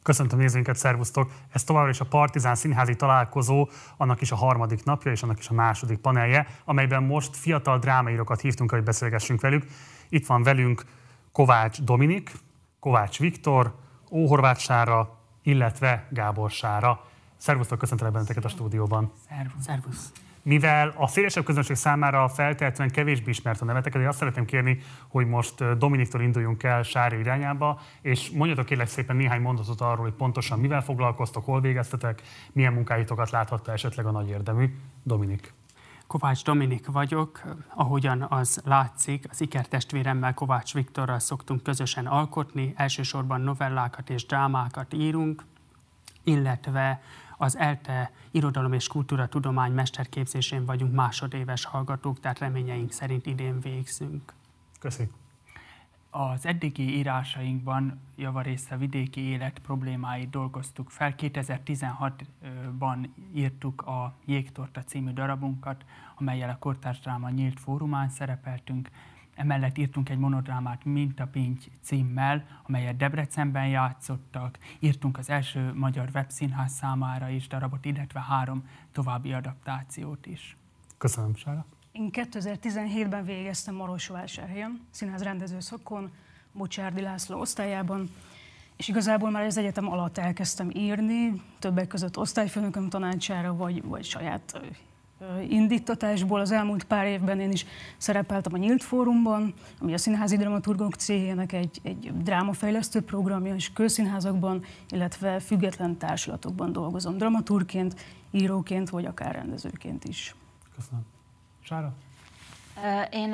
Köszöntöm nézőinket, szervusztok! Ez továbbra is a Partizán színházi találkozó, annak is a harmadik napja és annak is a második panelje, amelyben most fiatal drámaírókat hívtunk, hogy beszélgessünk velük. Itt van velünk Kovács Dominik, Kovács Viktor, Óhorváth Sára, illetve Gábor Sára. Szervusztok, köszöntelek benneteket a stúdióban. Szervusz. Mivel a szélesebb közönség számára feltehetően kevésbé ismert a nevetek, ezért azt szeretném kérni, hogy most Dominiktól induljunk el Sára irányába, és mondjatok kérlek szépen néhány mondatot arról, hogy pontosan mivel foglalkoztok, hol végeztetek, milyen munkáitokat láthatta esetleg a nagy érdemű. Dominik. Kovács Dominik vagyok, ahogyan az látszik, az ikertestvéremmel, Kovács Viktorral szoktunk közösen alkotni, elsősorban novellákat és drámákat írunk, illetve az ELTE Irodalom és Kultúratudomány mesterképzésén vagyunk másodéves hallgatók, tehát reményeink szerint idén végzünk. Köszi. Az eddigi írásainkban javarészt a vidéki élet problémáit dolgoztuk fel. 2016-ban írtuk a Jégtorta című darabunkat, amellyel a Kortárs Dráma Nyílt Fórumán szerepeltünk. Emellett írtunk egy monodrámát Mintapinty címmel, amelyet Debrecenben játszottak. Írtunk az első magyar webszínház számára is darabot, illetve 3 további adaptációt is. Köszönöm, Sára. Én 2017-ben végeztem Marosvásárhelyen, színházrendező szakon, Bocsárdi László osztályában, és igazából már az egyetem alatt elkezdtem írni, többek között osztályfőnököm tanácsára, vagy saját indítatásból. Az elmúlt pár évben én is szerepeltem a Nyílt Fórumban, ami a Színházi Dramaturgok Cégének egy drámafejlesztő programja, és közszínházakban, illetve független társulatokban dolgozom dramaturgként, íróként, vagy akár rendezőként is. Köszönöm. Sára? Én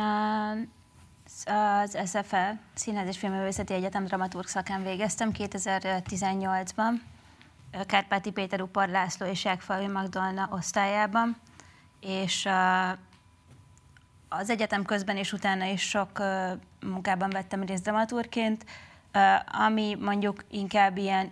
az SFE, Színház és Filmművészeti Egyetem dramaturg szakán végeztem 2018-ban, Kárpáti Péter, Upar László és Jákfalvi Magdolna osztályában, és az egyetem közben és utána is sok munkában vettem részt dramaturgként, ami mondjuk inkább ilyen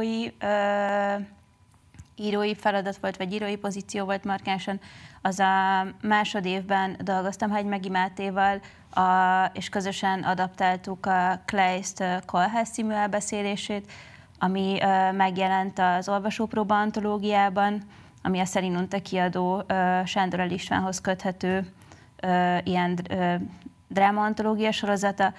írói feladat volt, vagy írói pozíció volt markánsan. Az a másodévben dolgoztam Hagymegi Mátéval, és közösen adaptáltuk a Kleist Kolhász című elbeszélését, ami megjelent az Olvasópróba antológiában, ami a Szerinunta kiadó Sándor L. Istvánhoz köthető ilyen drámaantológia sorozata,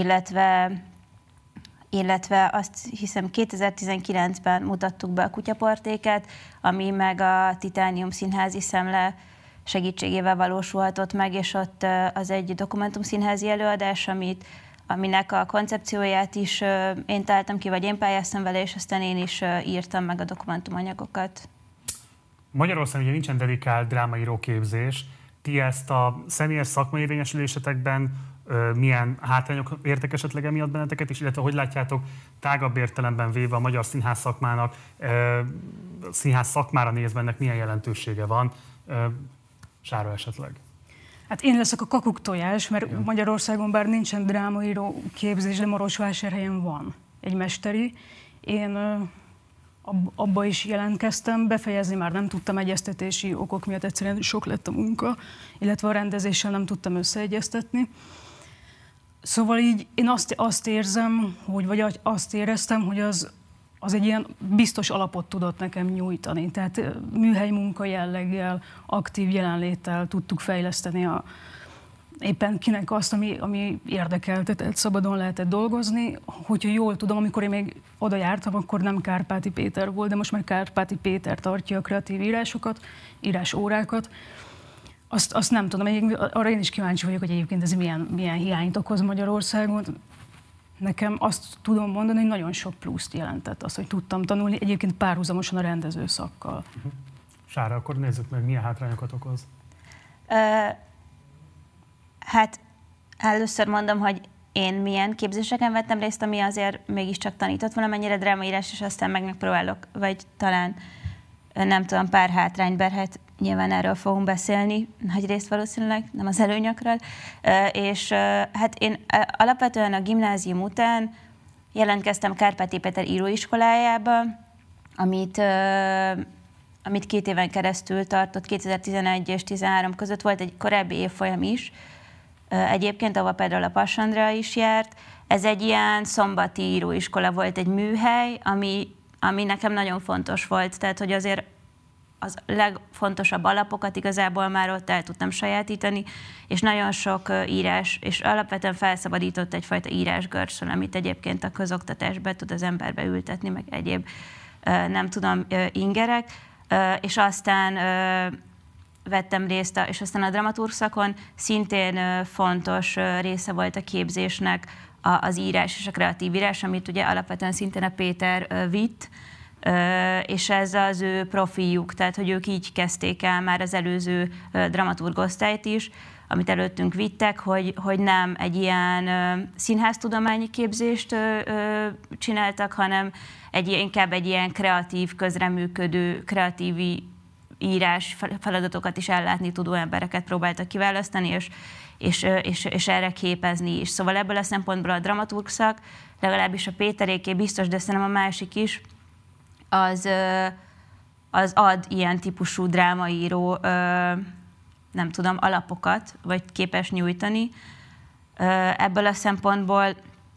illetve azt hiszem 2019-ben mutattuk be a Kutyaportéket, ami meg a Titánium Színházi Szemle segítségével valósulhatott meg, és ott az egy dokumentumszínházi előadás, aminek a koncepcióját is én találtam ki, vagy én pályáztam vele, és aztán én is írtam meg a dokumentumanyagokat. Magyarországon ugye nincsen dedikált drámaíró képzés. Ti ezt a személyes szakmai érvényesülésetekben milyen hátrányok értek esetleg emiatt benneteket is, illetve hogy látjátok tágabb értelemben véve a magyar színház szakmának, színház szakmára nézve ennek milyen jelentősége van? Sára esetleg. Hát én leszek a kakuktojás, mert Magyarországon bár nincsen drámaíró képzés, de Marosvásárhelyen van egy mesteri. Én abba is jelentkeztem, befejezni már nem tudtam egyeztetési okok miatt, egyszerűen sok lett a munka, illetve a rendezéssel nem tudtam összeegyeztetni. Szóval így én azt érzem, vagy azt éreztem, hogy az egy ilyen biztos alapot tudott nekem nyújtani. Tehát műhely munka jelleggel, aktív jelenléttel tudtuk fejleszteni éppen kinek azt, ami érdekelte, tehát szabadon lehetett dolgozni. Hogyha jól tudom, amikor én még oda jártam, akkor nem Kárpáti Péter volt, de most már Kárpáti Péter tartja a kreatív írásokat, írásórákat. Azt nem tudom, arra én is kíváncsi vagyok, hogy egyébként ez milyen hiányt okoz Magyarországon. Nekem azt tudom mondani, hogy nagyon sok pluszt jelentett az, hogy tudtam tanulni, egyébként párhuzamosan a rendező szakkal. Sára, akkor nézzük meg, milyen hátrányokat okoz. Hát először mondom, hogy én milyen képzéseken vettem részt, ami azért mégiscsak tanított valamennyire drámaírás, és aztán megpróbálok, vagy talán nem tudom, pár hátrányban, hát nyilván erről fogunk beszélni, nagy részt valószínűleg, nem az előnyökről. És hát én alapvetően a gimnázium után jelentkeztem Kárpáti Péter íróiskolájába, amit 2 éven keresztül tartott, 2011 és 2013 között volt egy korábbi évfolyam is, egyébként, ahol például a Pass Andrea is járt. Ez egy ilyen szombati íróiskola volt, egy műhely, ami nekem nagyon fontos volt. Tehát, hogy azért az legfontosabb alapokat igazából már ott el tudtam sajátítani, és nagyon sok írás, és alapvetően felszabadított egyfajta írásgörcsön, amit egyébként a közoktatásba tud az emberbe ültetni, meg egyéb, nem tudom, ingerek. És aztán vettem részt, és aztán a dramaturg szakon szintén fontos része volt a képzésnek az írás és a kreatív írás, amit ugye alapvetően szintén a Péter vitt, és ez az ő profiljuk, tehát hogy ők így kezdték el már az előző dramaturgosztályt is, amit előttünk vittek, hogy nem egy ilyen színháztudományi képzést csináltak, hanem inkább egy ilyen kreatív, közreműködő, kreatív írás feladatokat is ellátni tudó embereket próbáltak kiválasztani, és erre képezni is. Szóval ebből a szempontból a dramaturg szak, legalábbis a Péteréké biztos, de szerintem a másik is, az ad ilyen típusú drámaíró, nem tudom, alapokat, vagy képes nyújtani. Ebből a szempontból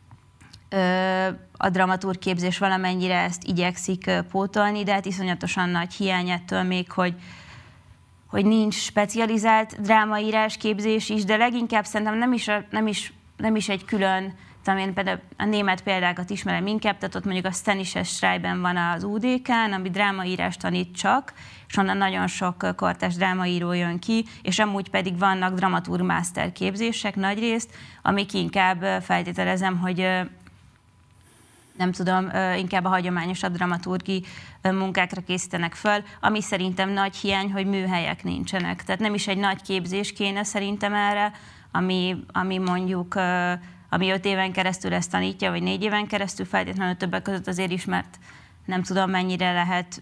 a dramaturg képzés valamennyire ezt igyekszik pótolni, de hát iszonyatosan nagy hiány ettől még, hogy nincs specializált drámaírás képzés is, de leginkább szerintem nem is egy külön, én például a német példákat ismerem inkább, tehát ott mondjuk a Stanisches Schreiben van az UDK-n, ami drámaírást tanít csak, és onnan nagyon sok kortárs drámaíró jön ki, és amúgy pedig vannak dramaturg master képzések nagyrészt, amik inkább feltételezem, hogy nem tudom, inkább a hagyományosabb dramaturgi munkákra készítenek föl, ami szerintem nagy hiány, hogy műhelyek nincsenek. Tehát nem is egy nagy képzés kéne szerintem erre, ami mondjuk ami 5 éven keresztül ezt tanítja, vagy 4 éven keresztül, feltétlenül többek között azért is, mert nem tudom, mennyire lehet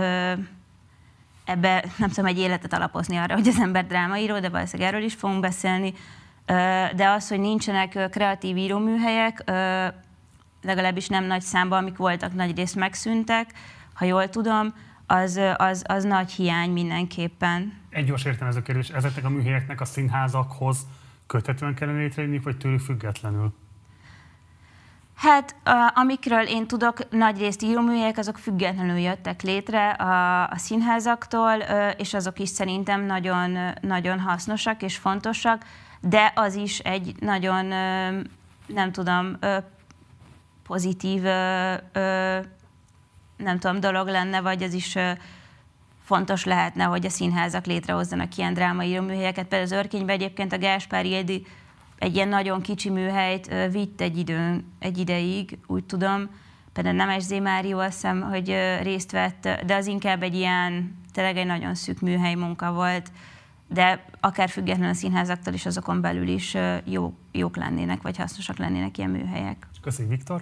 ebbe, nem tudom, egy életet alapozni arra, hogy az ember drámaíró, de valószínűleg erről is fogunk beszélni. De az, hogy nincsenek kreatív íróműhelyek, legalábbis nem nagy számban, amik voltak, nagy részt megszűntek, ha jól tudom, az nagy hiány mindenképpen. Egy gyors értelmező kérdés, ezeknek a műhelyeknek a színházakhoz köthetően kellene létrejönni, vagy tőlük függetlenül? Hát, amikről én tudok, nagyrészt íróműhelyek, azok függetlenül jöttek létre a színházaktól, és azok is szerintem nagyon, nagyon hasznosak és fontosak, de az is egy nagyon, nem tudom, pozitív, nem tudom, dolog lenne, vagy az is fontos lehetne, hogy a színházak létrehozzanak ilyen drámaíró műhelyeket. Például az Örkényben egyébként a Gáspár Ildi egy ilyen nagyon kicsi műhelyt vitt egy ideig, úgy tudom. Például Nemes Zé Márió, azt hiszem, hogy részt vett, de az inkább egy ilyen, tényleg egy nagyon szűk műhely munka volt, de akár függetlenül a színházaktól is azokon belül is jók lennének, vagy hasznosak lennének ilyen műhelyek. Köszönjük, Viktor!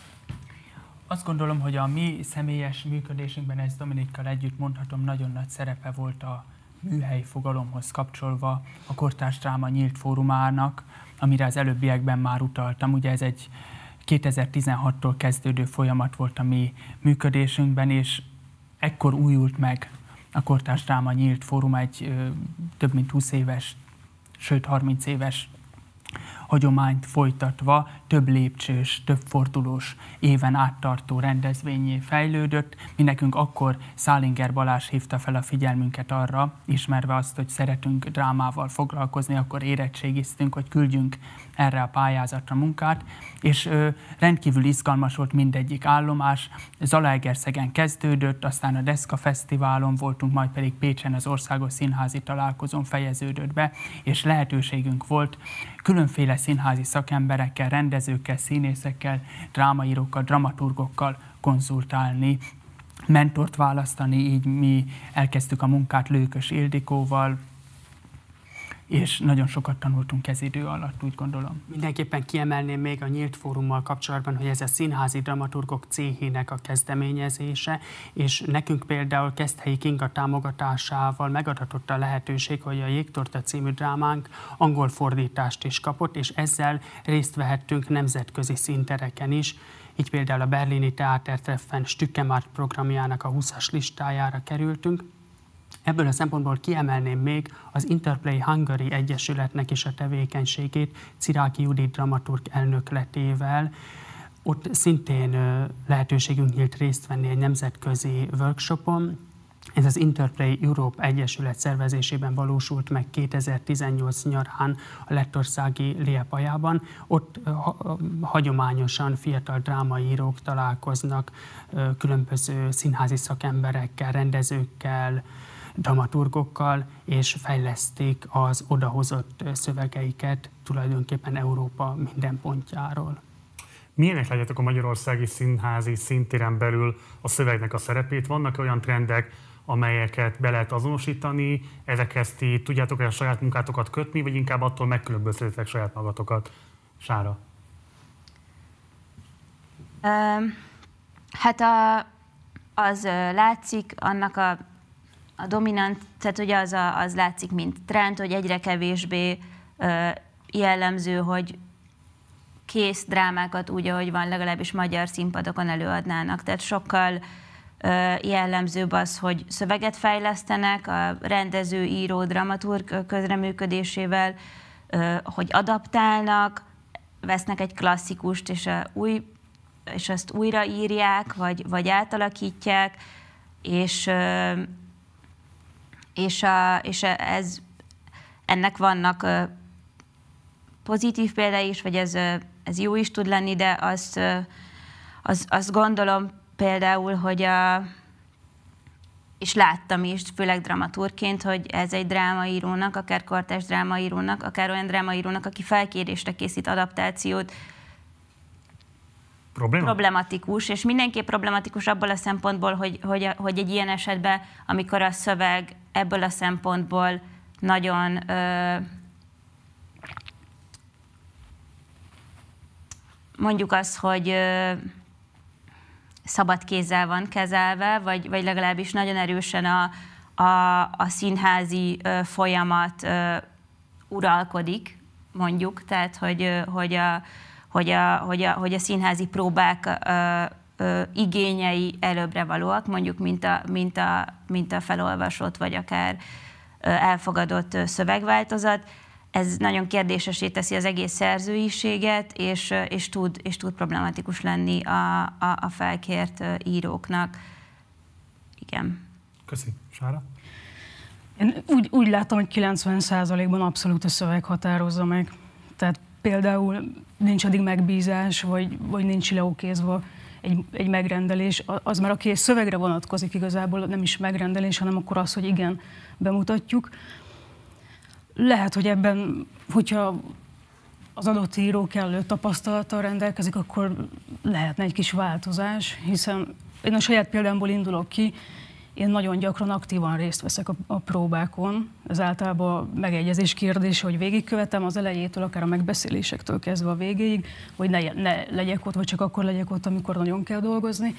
Azt gondolom, hogy a mi személyes működésünkben, ezt Dominikkal együtt mondhatom, nagyon nagy szerepe volt a műhely fogalomhoz kapcsolva a Kortárs Dráma Nyílt Fórumának, amire az előbbiekben már utaltam. Ugye ez egy 2016-tól kezdődő folyamat volt a mi működésünkben, és ekkor újult meg a Kortárs Dráma Nyílt Fórum egy több mint 20 éves, sőt 30 éves hagyományt folytatva több lépcsős, több fordulós, éven áttartó rendezvényé fejlődött. Mi nekünk akkor Szálinger Balázs hívta fel a figyelmünket arra, ismerve azt, hogy szeretünk drámával foglalkozni, akkor érettségiztünk, hogy küldjünk erre a pályázatra munkát, és rendkívül izgalmas volt mindegyik állomás. Zalaegerszegen kezdődött, aztán a Deszka Fesztiválon voltunk, majd pedig Pécsen az Országos Színházi Találkozón fejeződött be, és lehetőségünk volt különféle színházi szakemberekkel, rendezőkkel, színészekkel, drámaírókkal, dramaturgokkal konzultálni, mentort választani, így mi elkezdtük a munkát Lőkös Ildikóval, és nagyon sokat tanultunk ez idő alatt, úgy gondolom. Mindenképpen kiemelném még a Nyílt Fórummal kapcsolatban, hogy ez a Színházi Dramaturgok Céhének a kezdeményezése, és nekünk például Keszthelyi Kinga támogatásával megadatott a lehetőség, hogy a Jégtorta című drámánk angol fordítást is kapott, és ezzel részt vehettünk nemzetközi színtereken is. Így például a berlini Theatertreffen Stückemarkt programjának a 20-as listájára kerültünk. Ebből a szempontból kiemelném még az Interplay Hungary Egyesületnek is a tevékenységét Ciráki Judit dramaturg elnökletével. Ott szintén lehetőségünk nyílt részt venni egy nemzetközi workshopon. Ez az Interplay Europe Egyesület szervezésében valósult meg 2018 nyarán a lettországi Liepājában. Ott hagyományosan fiatal drámaírók találkoznak különböző színházi szakemberekkel, rendezőkkel, dramaturgokkal, és fejleszték az odahozott szövegeiket tulajdonképpen Európa minden pontjáról. Milyenek látjátok a magyarországi színházi színtéren belül a szövegnek a szerepét? Vannak olyan trendek, amelyeket be lehet azonosítani, ezekhez ti tudjátok-e a saját munkátokat kötni, vagy inkább attól megkülönböztetitek saját magatokat? Sára? Hát az látszik, annak a dominant, tehát ugye az látszik, mint trend, hogy egyre kevésbé jellemző, hogy kész drámákat úgy, ahogy van, legalábbis magyar színpadokon előadnának. Tehát sokkal jellemzőbb az, hogy szöveget fejlesztenek a rendező, író, dramaturg közreműködésével, hogy adaptálnak, vesznek egy klasszikust, és azt újraírják, vagy átalakítják, és ennek vannak pozitív példái is, vagy ez jó is tud lenni, de azt gondolom például, hogy és láttam is, főleg dramaturgként, hogy ez egy drámaírónak, akár kortárs drámaírónak, akár olyan drámaírónak, aki felkérésre készít adaptációt, problematikus, és mindenképp problematikus abból a szempontból, hogy egy ilyen esetben, amikor a szöveg ebből a szempontból nagyon mondjuk azt, hogy szabad kézzel van kezelve, vagy legalábbis nagyon erősen a színházi folyamat uralkodik, mondjuk, tehát hogy a színházi próbák igényei előbbre valóak, mondjuk mint a felolvasott, vagy akár elfogadott szövegváltozat. Ez nagyon kérdésessé teszi az egész szerzőiséget, és tud problematikus lenni a felkért íróknak. Igen. Köszi. Sára? Én úgy látom, hogy 90%-ban abszolút a szöveg határozza meg. Tehát például nincs addig megbízás, vagy nincs leokézva egy megrendelés. Az már a kész szövegre vonatkozik igazából, nem is megrendelés, hanem akkor az, hogy igen, bemutatjuk. Lehet, hogy ebben, hogyha az adott író kellő tapasztalattal rendelkezik, akkor lehetne egy kis változás, hiszen én a saját példámból indulok ki, én nagyon gyakran aktívan részt veszek a próbákon. Ez általában megegyezés kérdése, hogy végigkövetem az elejétől, akár a megbeszélésektől kezdve a végéig, vagy ne legyek ott, vagy csak akkor legyek ott, amikor nagyon kell dolgozni.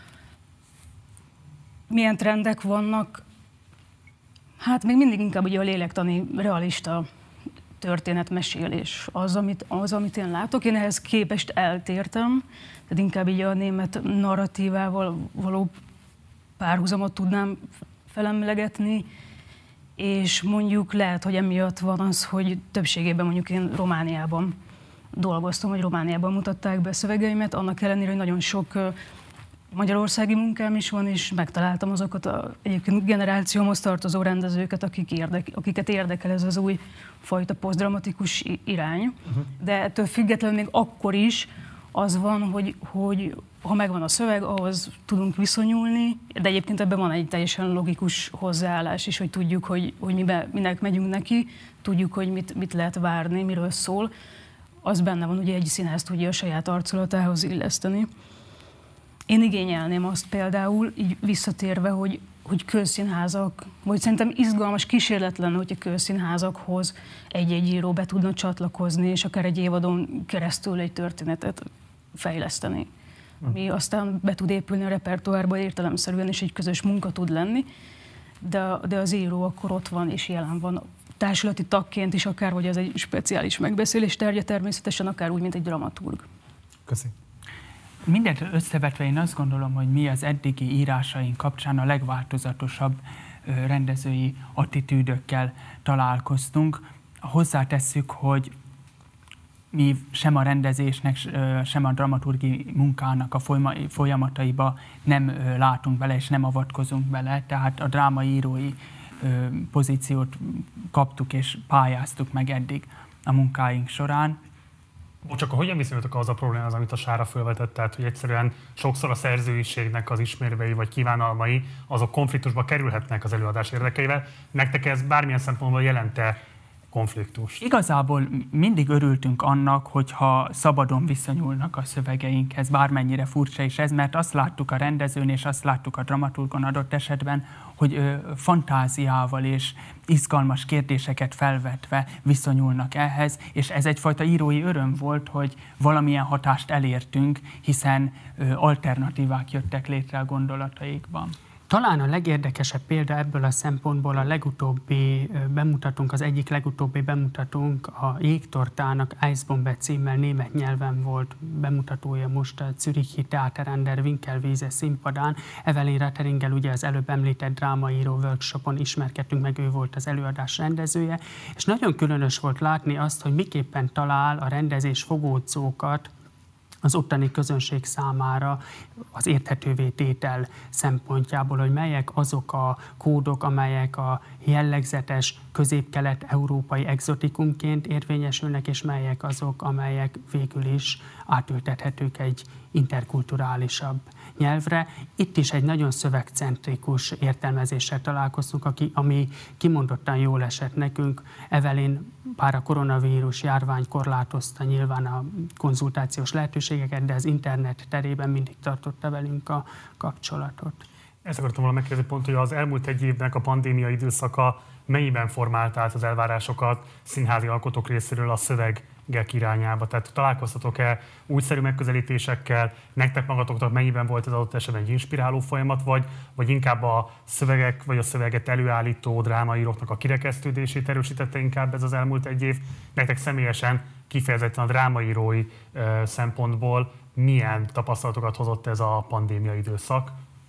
Milyen trendek vannak? Hát még mindig inkább ugye a lélektani, realista történetmesélés az, amit én látok. Én ehhez képest eltértem, tehát inkább így a német narratívával való párhuzamot tudnám felemlegetni, és mondjuk lehet, hogy emiatt van az, hogy többségében mondjuk én Romániában dolgoztam, vagy Romániában mutatták be szövegeimet, annak ellenére, hogy nagyon sok magyarországi munkám is van, és megtaláltam azokat egyébként generációmhoz tartozó rendezőket, akiket érdekel ez az új fajta posztdramatikus irány. De ettől függetlenül még akkor is az van, hogy ha megvan a szöveg, ahhoz tudunk viszonyulni, de egyébként ebben van egy teljesen logikus hozzáállás is, hogy tudjuk, hogy minek megyünk neki, tudjuk, hogy mit lehet várni, miről szól. Az benne van, ugye egy színház tudja a saját arculatához illeszteni. Én igényelném azt például, így visszatérve, hogy közszínházak, vagy szerintem izgalmas kísérlet lenne, hogyha közszínházakhoz egy-egy író be tudna csatlakozni, és akár egy évadon keresztül egy történetet fejleszteni. Ami aztán be tud épülni a repertoárba értelemszerűen, és egy közös munka tud lenni, de az író akkor ott van és jelen van. Társulati tagként is akár, hogy ez egy speciális megbeszélés tárgya természetesen, akár úgy, mint egy dramaturg. Köszi. Mindent összevetve én azt gondolom, hogy mi az eddigi írásaink kapcsán a legváltozatosabb rendezői attitűdökkel találkoztunk. Hozzátesszük, hogy mi sem a rendezésnek, sem a dramaturgi munkának a folyamataiba nem látunk bele, és nem avatkozunk bele, tehát a drámaírói pozíciót kaptuk és pályáztuk meg eddig a munkáink során. Csak hogyan viszonyultok az a probléma, amit a Sára felvetett, tehát hogy egyszerűen sokszor a szerzőiségnek az ismérvei vagy kívánalmai, azok konfliktusba kerülhetnek az előadás érdekeivel. Nektek ez bármilyen szempontból jelente konfliktus? Igazából mindig örültünk annak, hogyha szabadon viszonyulnak a szövegeinkhez, bármennyire furcsa is ez, mert azt láttuk a rendezőn és azt láttuk a dramaturgon adott esetben, hogy fantáziával és izgalmas kérdéseket felvetve viszonyulnak ehhez, és ez egyfajta írói öröm volt, hogy valamilyen hatást elértünk, hiszen alternatívák jöttek létre a gondolataikban. Talán a legérdekesebb példa ebből a szempontból a legutóbbi bemutatónk, az egyik legutóbbi bemutatónk a Jégtortának Eisbombe címmel német nyelven volt bemutatója most a Zürichi Theater an der Winkelwiese színpadán. Evelyn Rateringgel ugye az előbb említett drámaíró workshopon ismerkedtünk meg, ő volt az előadás rendezője, és nagyon különös volt látni azt, hogy miképpen talál a rendezés fogódzókat az ottani közönség számára az érthetővé tétel szempontjából, hogy melyek azok a kódok, amelyek a jellegzetes közép-kelet-európai egzotikumként érvényesülnek, és melyek azok, amelyek végül is átültethetők egy interkulturálisabb nyelvre. Itt is egy nagyon szövegcentrikus értelmezéssel találkoztunk, ami kimondottan jól esett nekünk. Evelyn, bár a koronavírus járvány korlátozta nyilván a konzultációs lehetőségeket, de az internet terében mindig tartotta velünk a kapcsolatot. Ezt akartam volna megkérdezni pont, hogy az elmúlt egy évnek a pandémia időszaka mennyiben formált át az elvárásokat színházi alkotók részéről a szövegek irányába? Tehát találkoztatok-e újszerű megközelítésekkel, nektek magatoknak mennyiben volt ez adott esetben egy inspiráló folyamat, vagy inkább a szövegek, vagy a szöveget előállító drámaíróknak a kirekesztődését erősítette inkább ez az elmúlt egy év? Nektek személyesen kifejezetten a drámaírói szempontból milyen tapasztalatokat hozott ez a pandémia időszak?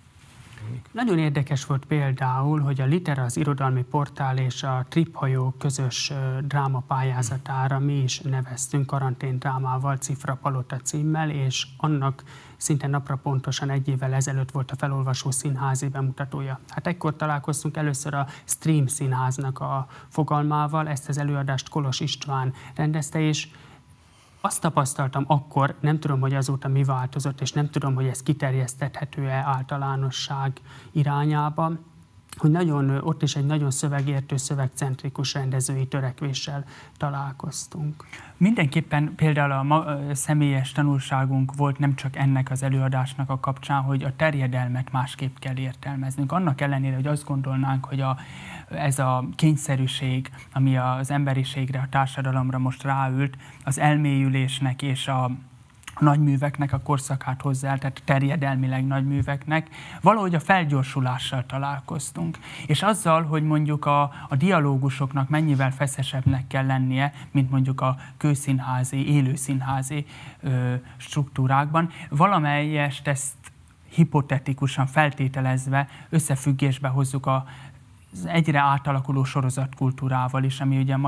Nagyon érdekes volt például, hogy a Litera, az irodalmi portál és a Triphajó közös drámapályázatára mi is neveztünk karanténdrámával, Cifrapalota címmel, és annak szinte napra pontosan egy évvel ezelőtt volt a felolvasó színházi bemutatója. Hát ekkor találkoztunk először a Stream Színháznak a fogalmával, ezt az előadást Kolos István rendezte, és azt tapasztaltam akkor, nem tudom, hogy azóta mi változott, és nem tudom, hogy ez kiterjeszthethető-e általánosság irányába, hogy ott is egy nagyon szövegértő, szövegcentrikus rendezői törekvéssel találkoztunk. Mindenképpen például a személyes tanulságunk volt nem csak ennek az előadásnak a kapcsán, hogy a terjedelmet másképp kell értelmeznünk. Annak ellenére, hogy azt gondolnánk, hogy ez a kényszerűség, ami az emberiségre, a társadalomra most ráült, az elmélyülésnek és a nagyműveknek a korszakát hozzá, tehát terjedelmileg nagyműveknek, valahogy a felgyorsulással találkoztunk. És azzal, hogy mondjuk a dialógusoknak mennyivel feszesebbnek kell lennie, mint mondjuk a kőszínházi, élőszínházi struktúrákban, valamelyest ezt hipotetikusan feltételezve összefüggésbe hozzuk az egyre átalakuló sorozatkultúrával is, ami ugye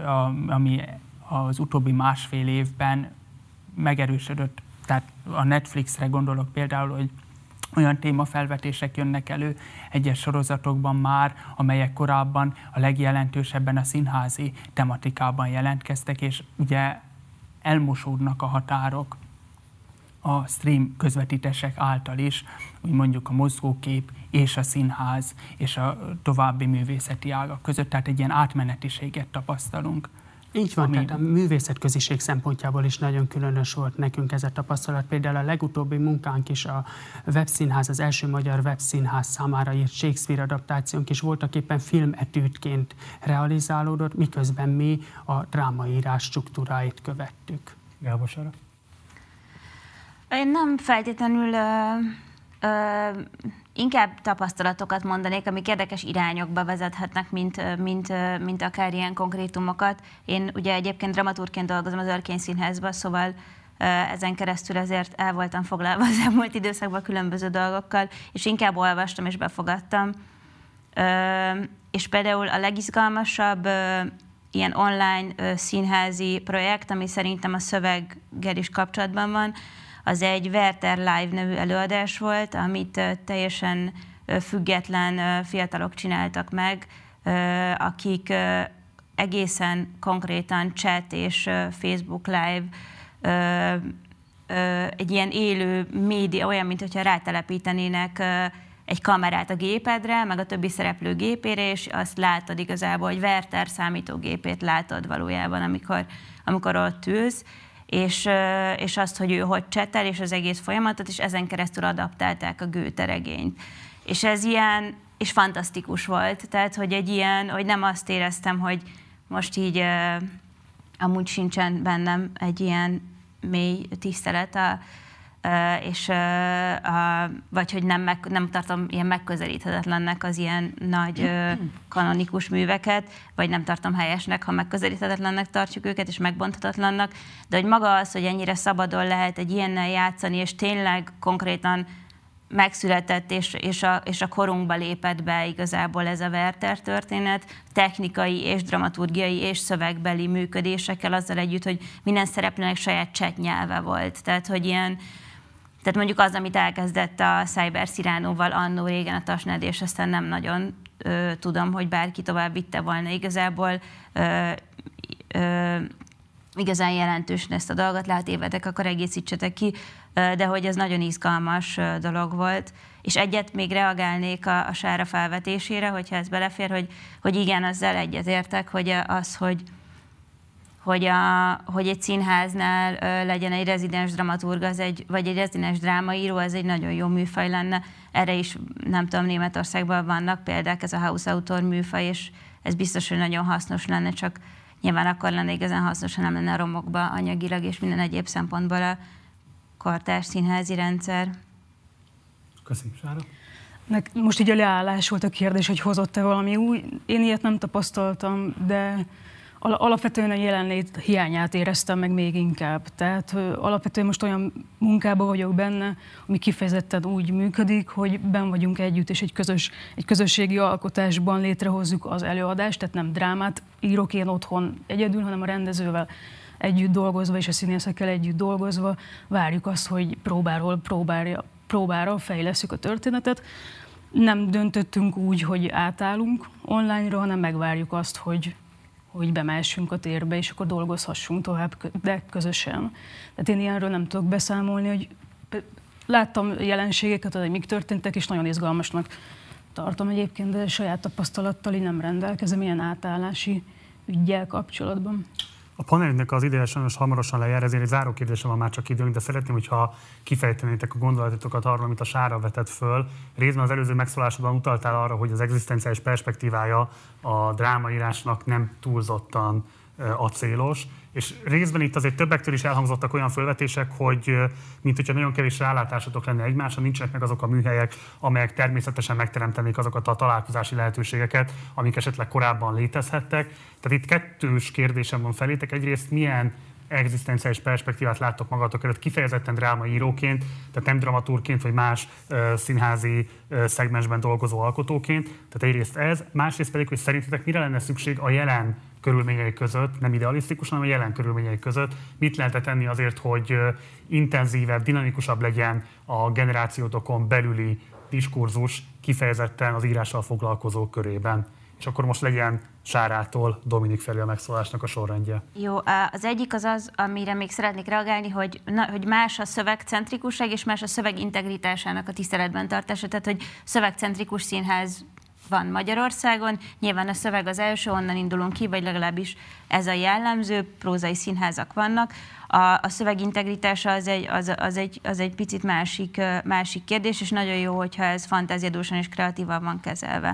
ami az utóbbi másfél évben megerősödött. Tehát a Netflixre gondolok például, hogy olyan témafelvetések jönnek elő egyes sorozatokban már, amelyek korábban a legjelentősebben a színházi tematikában jelentkeztek, és ugye elmosódnak a határok a stream közvetítések által is, úgy mondjuk a mozgókép és a színház és a további művészeti ágak között, tehát egy ilyen átmenetiséget tapasztalunk. Így van, tehát a művészetköziség szempontjából is nagyon különös volt nekünk ez a tapasztalat. Például a legutóbbi munkánk is a Webszínház, az első magyar webszínház számára írt Shakespeare adaptációnk is voltaképpen filmetűdként realizálódott, miközben mi a drámaírás struktúráit követtük. Gábor Sára? Én nem feltétlenül inkább tapasztalatokat mondanék, amik érdekes irányokba vezethetnek, mint akár ilyen konkrétumokat. Én ugye egyébként dramaturgként dolgozom az Örkény Színházban, szóval ezen keresztül azért el voltam foglalva az elmúlt időszakban különböző dolgokkal, és inkább olvastam és befogadtam. És például a legizgalmasabb ilyen online színházi projekt, ami szerintem a szöveggel is kapcsolatban van, az egy Werther Live nevű előadás volt, amit teljesen független fiatalok csináltak meg, akik egészen konkrétan chat és Facebook Live, egy ilyen élő média, olyan, mint hogyha rátelepítenének egy kamerát a gépedre, meg a többi szereplő gépére, és azt látod igazából, hogy Werther számítógépét látod valójában, amikor ott ülsz, és azt, hogy ő hogy csetel, és az egész folyamatot, és ezen keresztül adaptálták a Goethe regényt. És ez ilyen, és fantasztikus volt, tehát, hogy egy ilyen, hogy nem azt éreztem, hogy most így amúgy sincsen bennem egy ilyen mély tisztelet, vagy hogy nem tartom ilyen megközelíthetetlennek az ilyen nagy kanonikus műveket, vagy nem tartom helyesnek, ha megközelíthetetlennek tartjuk őket, és megbonthatatlannak, de hogy maga az, hogy ennyire szabadon lehet egy ilyennel játszani, és tényleg konkrétan megszületett, és a korunkba lépett be igazából ez a Werther történet, technikai és dramaturgiai és szövegbeli működésekkel, azzal együtt, hogy minden szereplőnek saját chat nyelve volt. Tehát, hogy ilyen, tehát mondjuk az, amit elkezdett a Cyber Cyranoval annó régen a Tasnád, és aztán nem nagyon tudom, hogy bárki tovább vitte volna igazából, igazán jelentősen ezt a dolgot, lehet évedek, akkor egészítsetek ki, de hogy ez nagyon izgalmas dolog volt. És egyet még reagálnék a Sára felvetésére, hogyha ez belefér, hogy igen, azzal egyetértek, hogy az, hogy egy színháznál legyen egy rezidens dramaturg, vagy egy rezidens drámaíró, ez egy nagyon jó műfaj lenne. Erre is, nem tudom, Németországban vannak példák, ez a Hausautor műfaj, és ez biztos, hogy nagyon hasznos lenne, csak nyilván akkor lenne igazán hasznos, ha nem lenne a romokba anyagilag és minden egyéb szempontból a kortárs színházi rendszer. Köszönjük, Sára. Most így a leállás volt a kérdés, hogy hozott-e valami új. Én ilyet nem tapasztaltam, de alapvetően a jelenlét hiányát éreztem meg még inkább. Tehát alapvetően most olyan munkában vagyok benne, ami kifejezetten úgy működik, hogy benn vagyunk együtt, és egy közösségi alkotásban létrehozzuk az előadást, tehát nem drámát írok én otthon egyedül, hanem a rendezővel együtt dolgozva, és a színészekkel együtt dolgozva várjuk azt, hogy próbára fejlesszük a történetet. Nem döntöttünk úgy, hogy átállunk online-ra, hanem megvárjuk azt, hogy bemehessünk a térbe, és akkor dolgozhassunk tovább, de közösen. Tehát én ilyenről nem tudok beszámolni, hogy láttam jelenségeket, hogy mik történtek, és nagyon izgalmasnak tartom egyébként, de saját tapasztalattal így nem rendelkezem ilyen átállási üggyel kapcsolatban. A panelünknek az ideje sajnos hamarosan lejár, ezért egy záró kérdésem van már csak időnk, de szeretném, hogyha kifejtenétek a gondolatokat arról, amit a Sára vetett föl. Részben az előző megszólásodban utaltál arra, hogy az egzisztenciális perspektívája a drámaírásnak nem túlzottan acélos, és részben itt azért többektől is elhangzottak olyan felvetések, hogy mint hogyha nagyon kevés rálátásotok lenne egymásra, nincsenek meg azok a műhelyek, amelyek természetesen megteremtenék azokat a találkozási lehetőségeket, amik esetleg korábban létezhettek. Tehát itt kettős kérdésem van felétek. Egyrészt milyen egzisztenciális perspektívát láttok magatok előtt kifejezetten drámaíróként, tehát nem dramaturgként vagy más színházi szegmensben dolgozó alkotóként. Tehát egyrészt ez, másrészt pedig, hogy szerintetek mire lenne szükség a jelen körülményei között, nem idealisztikusan, hanem a jelen körülményei között. Mit lehetne tenni azért, hogy intenzívebb, dinamikusabb legyen a generációtokon belüli diskurzus kifejezetten az írással foglalkozók körében? És akkor most legyen Sárától Dominik felé a megszólásnak a sorrendje. Jó, az egyik az, amire még szeretnék reagálni, hogy más a szövegcentrikusság, és más a szöveg integritásának a tiszteletben tartása. Tehát, hogy szövegcentrikus színház van Magyarországon, nyilván a szöveg az első, onnan indulunk ki, vagy legalábbis ez a jellemző, prózai színházak vannak. A szöveg integritása az egy picit másik kérdés, és nagyon jó, hogyha ez fantáziadúsan és kreatívan van kezelve.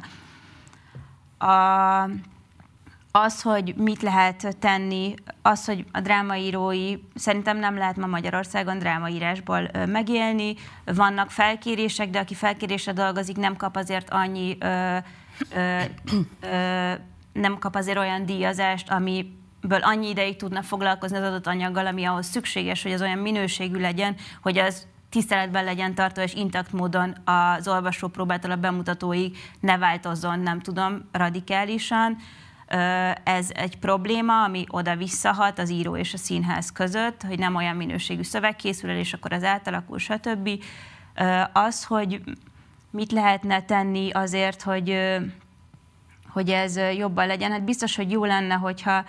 Az, hogy mit lehet tenni, az, hogy a drámaírói, szerintem nem lehet ma Magyarországon drámaírásból megélni, vannak felkérések, de aki felkérésre dolgozik, nem kap azért nem kap azért olyan díjazást, amiből annyi ideig tudna foglalkozni az adott anyaggal, ami ahhoz szükséges, hogy az olyan minőségű legyen, hogy az tiszteletben legyen tartva, és intakt módon az olvasópróbától a bemutatóig ne változzon, nem tudom, radikálisan. ez egy probléma, ami oda visszahat az író és a színház között, hogy nem olyan minőségű szöveg készül el, és akkor az átalakul, stb. Az, hogy mit lehetne tenni azért, hogy ez jobban legyen, hát biztos, hogy jó lenne, hogyha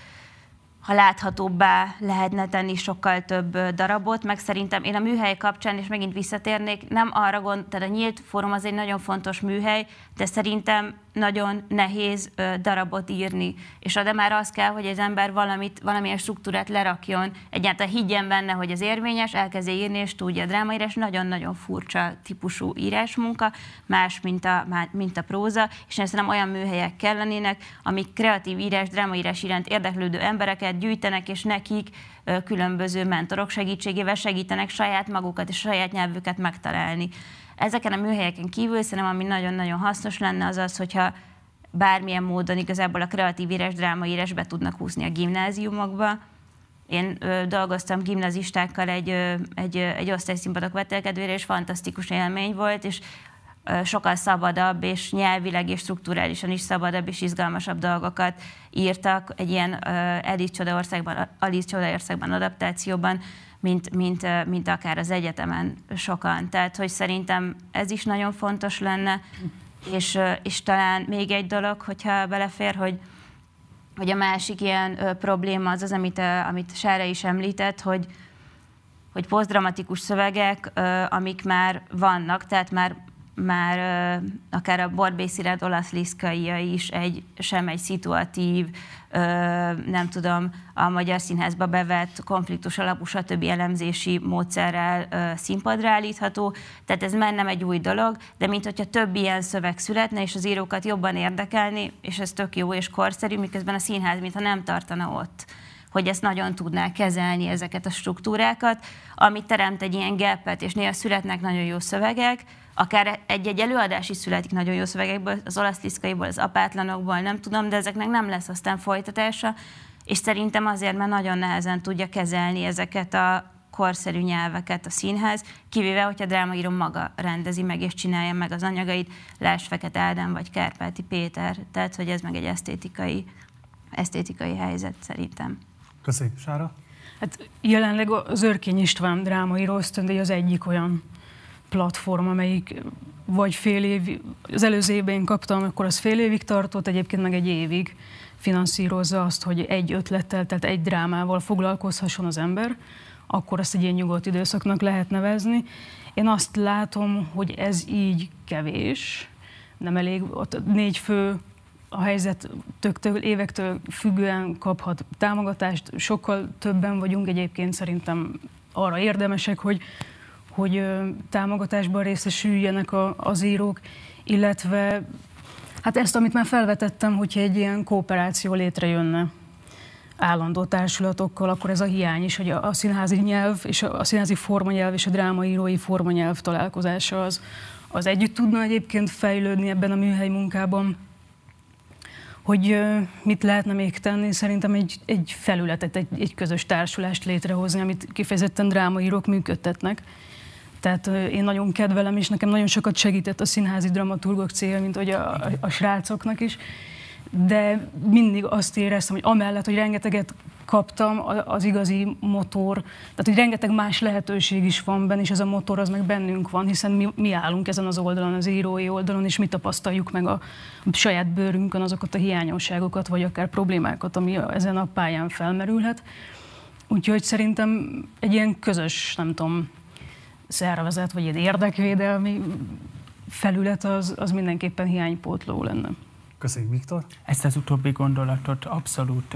láthatóbbá lehetne tenni sokkal több darabot, meg szerintem én a műhely kapcsán, és megint visszatérnék, nem arra tehát a Nyílt Fórum az egy nagyon fontos műhely, de szerintem nagyon nehéz darabot írni. És de már az kell, hogy az ember valamilyen struktúrát lerakjon, egyáltalán higgyen benne, hogy az érvényes, elkezdje írni, és tudja. A drámaírás nagyon-nagyon furcsa típusú írásmunka, más, mint a próza, és szerintem olyan műhelyek kellenének, amik kreatív írás, drámaírás iránt érdeklődő embereket gyűjtenek, és nekik különböző mentorok segítségével segítenek saját magukat és saját nyelvüket megtalálni. Ezeken a műhelyeken kívül szerintem, ami nagyon-nagyon hasznos lenne, az az, hogyha bármilyen módon igazából a kreatív írás, drámaírás be tudnak húzni a gimnáziumokba. Én dolgoztam gimnazistákkal egy osztályszínpadok vetélkedőre, és fantasztikus élmény volt, és sokkal szabadabb, és nyelvileg és strukturálisan is szabadabb és izgalmasabb dolgokat írtak egy ilyen Alice Csodaországban adaptációban, mint akár az egyetemen sokan. Tehát, hogy szerintem ez is nagyon fontos lenne, és talán még egy dolog, hogyha belefér, hogy a másik ilyen probléma az, amit Sára is említett, hogy posztdramatikus szövegek, amik már vannak, tehát már akár a Borbély Szilárd olasz Liszkaia is sem egy szituatív, nem tudom, a Magyar Színházba bevett konfliktus alapú, stb. Elemzési módszerrel színpadra állítható. Tehát ez már nem egy új dolog, de mint hogyha több ilyen szöveg születne, és az írókat jobban érdekelni, és ez tök jó és korszerű, miközben a színház mintha nem tartana ott, hogy ezt nagyon tudná kezelni, ezeket a struktúrákat, ami teremt egy ilyen gapet, és néha születnek nagyon jó szövegek, akár egy előadás is születik nagyon jó szövegekből, az olasz Liszkaiból, az Apátlanokból, nem tudom, de ezeknek nem lesz aztán folytatása, és szerintem azért, mert nagyon nehezen tudja kezelni ezeket a korszerű nyelveket a színház, kivéve, hogyha a drámaíró maga rendezi meg és csinálja meg az anyagait, lásd Fekete Ádám vagy Kárpáti Péter, tehát hogy ez meg egy esztétikai helyzet szerintem. Köszönjük, Sára. Hát jelenleg az Örkény István drámaíró ösztöndíj az egyik olyan platform, amelyik vagy fél év, az előző évben én kaptam, akkor az fél évig tartott, egyébként meg egy évig finanszírozza azt, hogy egy ötlettel, tehát egy drámával foglalkozhasson az ember, akkor azt egy ilyen nyugodt időszaknak lehet nevezni. Én azt látom, hogy ez így kevés, nem elég, ott 4 fő a helyzet évektől függően kaphat támogatást, sokkal többen vagyunk egyébként, szerintem arra érdemesek, hogy támogatásban részesüljenek az írók, illetve hát ezt, amit már felvetettem, hogyha egy ilyen kooperáció létrejönne állandó társulatokkal, akkor ez a hiány is, hogy a színházi nyelv és a színházi formanyelv és a drámaírói formanyelv találkozása az együtt tudna egyébként fejlődni ebben a műhely munkában. Hogy mit lehetne még tenni, szerintem egy felületet, egy közös társulást létrehozni, amit kifejezetten drámaírók működtetnek. Tehát én nagyon kedvelem, és nekem nagyon sokat segített a Színházi Dramaturgok Cége, mint hogy a srácoknak is. De mindig azt éreztem, hogy amellett, hogy rengeteget kaptam, az igazi motor, tehát hogy rengeteg más lehetőség is van benne, és ez a motor az meg bennünk van, hiszen mi állunk ezen az oldalon, az írói oldalon, és mi tapasztaljuk meg a saját bőrünkön azokat a hiányosságokat, vagy akár problémákat, ami ezen a pályán felmerülhet. Úgyhogy szerintem egy ilyen közös, nem tudom, szervezet, vagy egy érdekvédelmi felület az mindenképpen hiánypótló lenne. Köszönjük, Viktor. Ezt az utóbbi gondolatot abszolút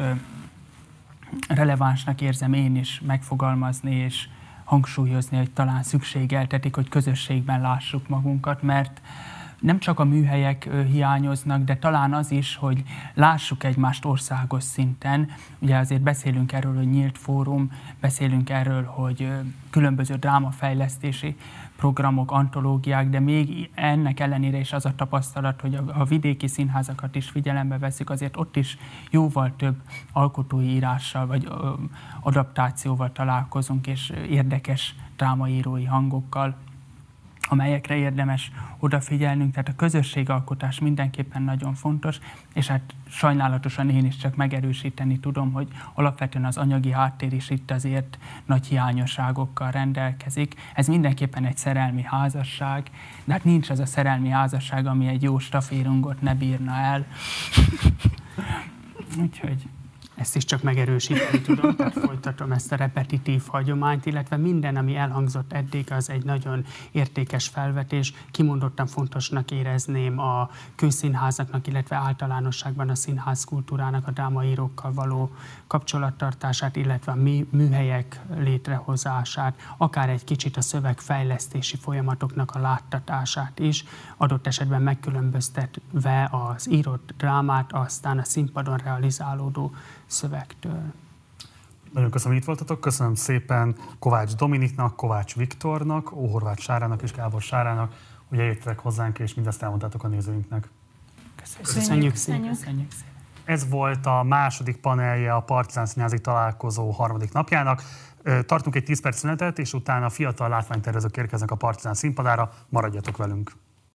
relevánsnak érzem én is megfogalmazni, és hangsúlyozni, hogy talán szükségeltetik, hogy közösségben lássuk magunkat, mert nem csak a műhelyek hiányoznak, de talán az is, hogy lássuk egymást országos szinten. Ugye azért beszélünk erről, hogy nyílt fórum, beszélünk erről, hogy különböző drámafejlesztési programok, antológiák, de még ennek ellenére is az a tapasztalat, hogy a vidéki színházakat is figyelembe veszük, azért ott is jóval több alkotói írással vagy adaptációval találkozunk, és érdekes drámaírói hangokkal. amelyekre érdemes odafigyelnünk, tehát a közösségalkotás mindenképpen nagyon fontos, és hát sajnálatosan én is csak megerősíteni tudom, hogy alapvetően az anyagi háttér is itt azért nagy hiányosságokkal rendelkezik. Ez mindenképpen egy szerelmi házasság, de hát nincs az a szerelmi házasság, ami egy jó staférungot ne bírna el. Úgyhogy... Ezt is csak megerősíteni tudom, tehát folytatom ezt a repetitív hagyományt, illetve minden, ami elhangzott eddig, az egy nagyon értékes felvetés. Kimondottan fontosnak érezném a kőszínházaknak, illetve általánosságban a színház kultúrának a drámaírókkal való kapcsolattartását, illetve a műhelyek létrehozását, akár egy kicsit a szövegfejlesztési folyamatoknak a láttatását is, adott esetben megkülönböztetve az írott drámát, aztán a színpadon realizálódó szövegtől. Nagyon köszönöm, hogy itt voltatok. Köszönöm szépen Kovács Dominiknak, Kovács Viktornak, Óhorváth Sárának és Gábor Sárának, hogy eljöttetek hozzánk, és mindezt elmondtátok a nézőinknek. Köszönjük szépen. Ez volt a második panelje a Partizán Színházi találkozó harmadik napjának. Tartunk egy 10 perc szünetet, és utána fiatal látványtervezők érkeznek a Partizán színpadára. Maradjatok velünk!